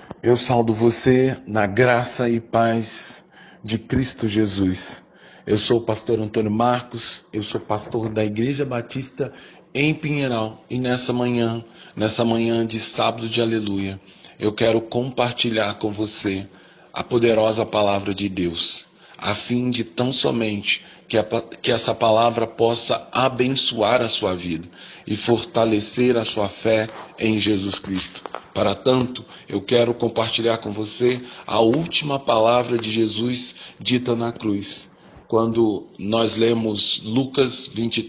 Eu saudo você na graça e paz de Cristo Jesus. Eu sou o pastor Antônio Marcos, eu sou pastor da Igreja Batista em Pinheiral. E nessa manhã de sábado de aleluia, eu quero compartilhar com você a poderosa palavra de Deus, a fim de tão somente que essa palavra possa abençoar a sua vida e fortalecer a sua fé em Jesus Cristo. Para tanto, eu quero compartilhar com você a última palavra de Jesus dita na cruz, quando nós lemos Lucas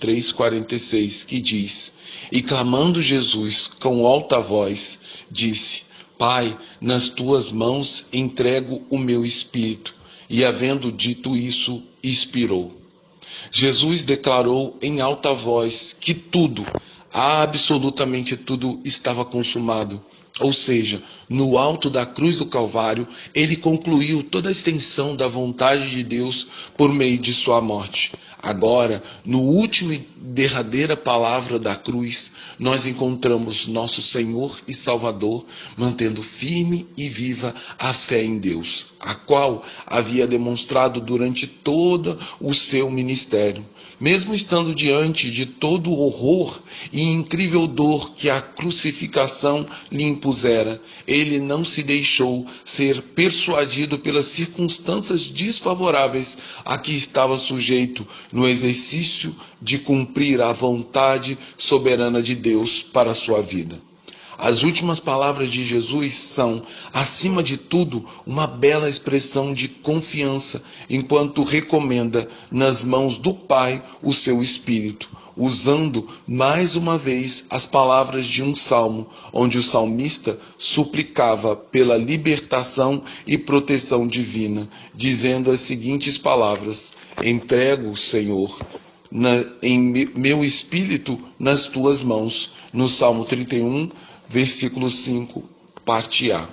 23:46, que diz: E clamando Jesus com alta voz, disse: Pai, nas tuas mãos entrego o meu espírito. E havendo dito isso, expirou. Jesus declarou em alta voz que tudo, absolutamente tudo, estava consumado. Ou seja, no alto da cruz do Calvário, ele concluiu toda a extensão da vontade de Deus por meio de sua morte. Agora, no último e derradeira palavra da cruz, nós encontramos nosso Senhor e Salvador mantendo firme e viva a fé em Deus, a qual havia demonstrado durante todo o seu ministério. Mesmo estando diante de todo o horror e incrível dor que a crucificação lhe impusera, ele não se deixou ser persuadido pelas circunstâncias desfavoráveis a que estava sujeito no exercício de cumprir a vontade soberana de Deus para a sua vida. As últimas palavras de Jesus são, acima de tudo, uma bela expressão de confiança, enquanto recomenda nas mãos do Pai o seu Espírito, usando mais uma vez as palavras de um salmo, onde o salmista suplicava pela libertação e proteção divina, dizendo as seguintes palavras: Entrego, Senhor, em meu espírito nas tuas mãos, no Salmo 31, versículo 5, parte A.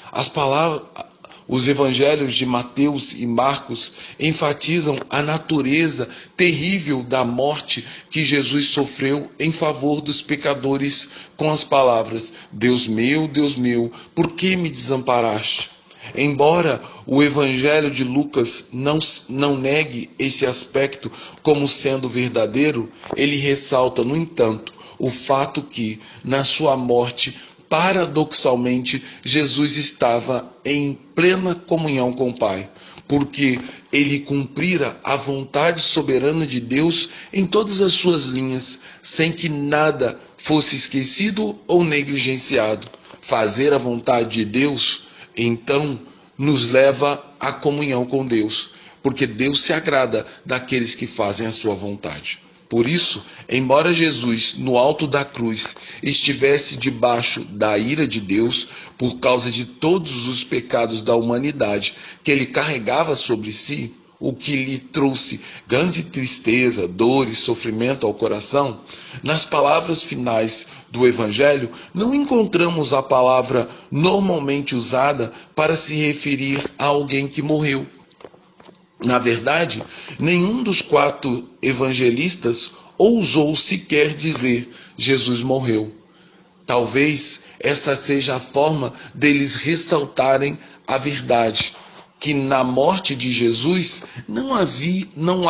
Os evangelhos de Mateus e Marcos enfatizam a natureza terrível da morte que Jesus sofreu em favor dos pecadores com as palavras: Deus meu, por que me desamparaste? Embora o Evangelho de Lucas não negue esse aspecto como sendo verdadeiro, ele ressalta, no entanto, o fato que, na sua morte, paradoxalmente, Jesus estava em plena comunhão com o Pai, porque ele cumprira a vontade soberana de Deus em todas as suas linhas, sem que nada fosse esquecido ou negligenciado. Fazer a vontade de Deus, então, nos leva à comunhão com Deus, porque Deus se agrada daqueles que fazem a sua vontade. Por isso, embora Jesus, no alto da cruz, estivesse debaixo da ira de Deus por causa de todos os pecados da humanidade que ele carregava sobre si, o que lhe trouxe grande tristeza, dor e sofrimento ao coração, nas palavras finais do Evangelho, não encontramos a palavra normalmente usada para se referir a alguém que morreu. Na verdade, nenhum dos 4 evangelistas ousou sequer dizer Jesus morreu. Talvez esta seja a forma deles ressaltarem a verdade, que na morte de Jesus não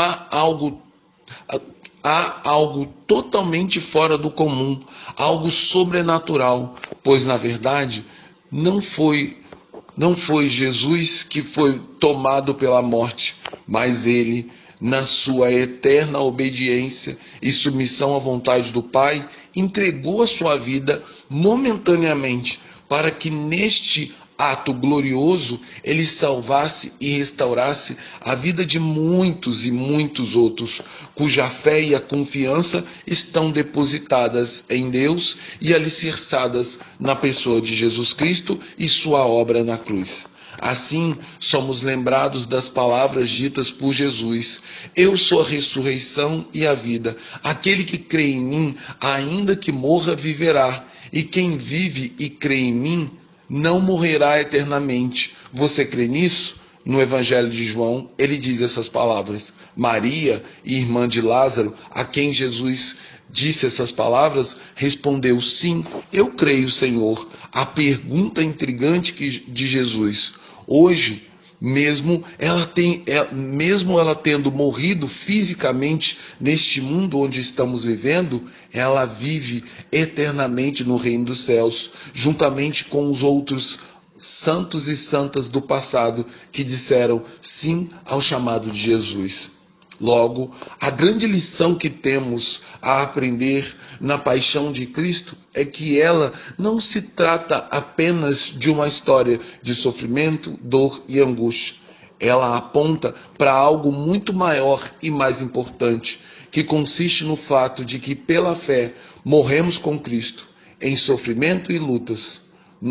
há algo totalmente fora do comum, algo sobrenatural, pois na verdade não foi Jesus que foi tomado pela morte, mas ele, na sua eterna obediência e submissão à vontade do Pai, entregou a sua vida momentaneamente para que neste ato glorioso ele salvasse e restaurasse a vida de muitos e muitos outros, cuja fé e a confiança estão depositadas em Deus e alicerçadas na pessoa de Jesus Cristo e sua obra na cruz. Assim, somos lembrados das palavras ditas por Jesus: Eu sou a ressurreição e a vida. Aquele que crê em mim, ainda que morra, viverá. E quem vive e crê em mim, não morrerá eternamente. Você crê nisso? no Evangelho de João, ele diz essas palavras. Maria, irmã de Lázaro, a quem Jesus disse essas palavras, respondeu: sim, eu creio, Senhor. A pergunta intrigante de Jesus. Hoje, mesmo ela tendo morrido fisicamente neste mundo onde estamos vivendo, ela vive eternamente no reino dos céus, juntamente com os outros santos e santas do passado que disseram sim ao chamado de Jesus. Logo, a grande lição que temos a aprender na paixão de Cristo é que ela não se trata apenas de uma história de sofrimento, dor e angústia. Ela aponta para algo muito maior e mais importante, que consiste no fato de que, pela fé, morremos com Cristo em sofrimento e lutas.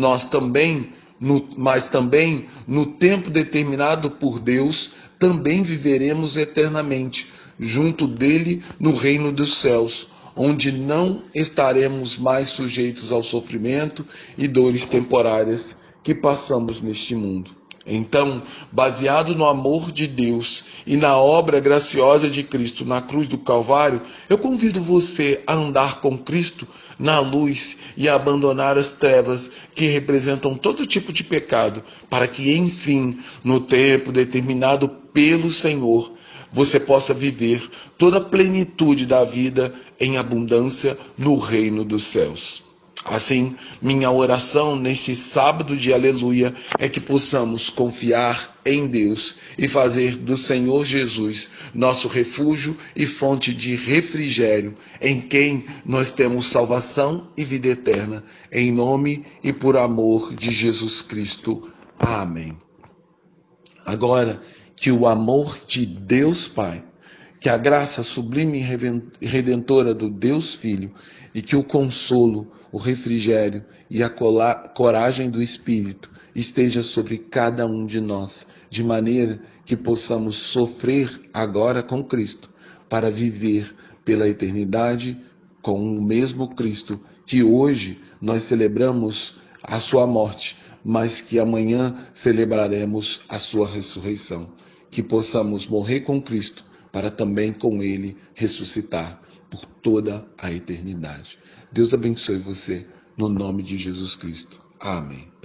Mas também, no tempo determinado por Deus, também viveremos eternamente, junto dele no reino dos céus, onde não estaremos mais sujeitos ao sofrimento e dores temporárias que passamos neste mundo. Então, baseado no amor de Deus e na obra graciosa de Cristo na cruz do Calvário, eu convido você a andar com Cristo na luz e a abandonar as trevas que representam todo tipo de pecado, para que, enfim, no tempo determinado pelo Senhor, você possa viver toda a plenitude da vida em abundância no reino dos céus. Assim, minha oração neste sábado de aleluia é que possamos confiar em Deus e fazer do Senhor Jesus nosso refúgio e fonte de refrigério, em quem nós temos salvação e vida eterna, em nome e por amor de Jesus Cristo. Amém. Agora, que o amor de Deus Pai, que a graça sublime e redentora do Deus Filho e que o consolo, o refrigério e a coragem do Espírito esteja sobre cada um de nós, de maneira que possamos sofrer agora com Cristo, para viver pela eternidade com o mesmo Cristo que hoje nós celebramos a sua morte, mas que amanhã celebraremos a sua ressurreição. Que possamos morrer com Cristo para também com Ele ressuscitar por toda a eternidade. Deus abençoe você, no nome de Jesus Cristo. Amém.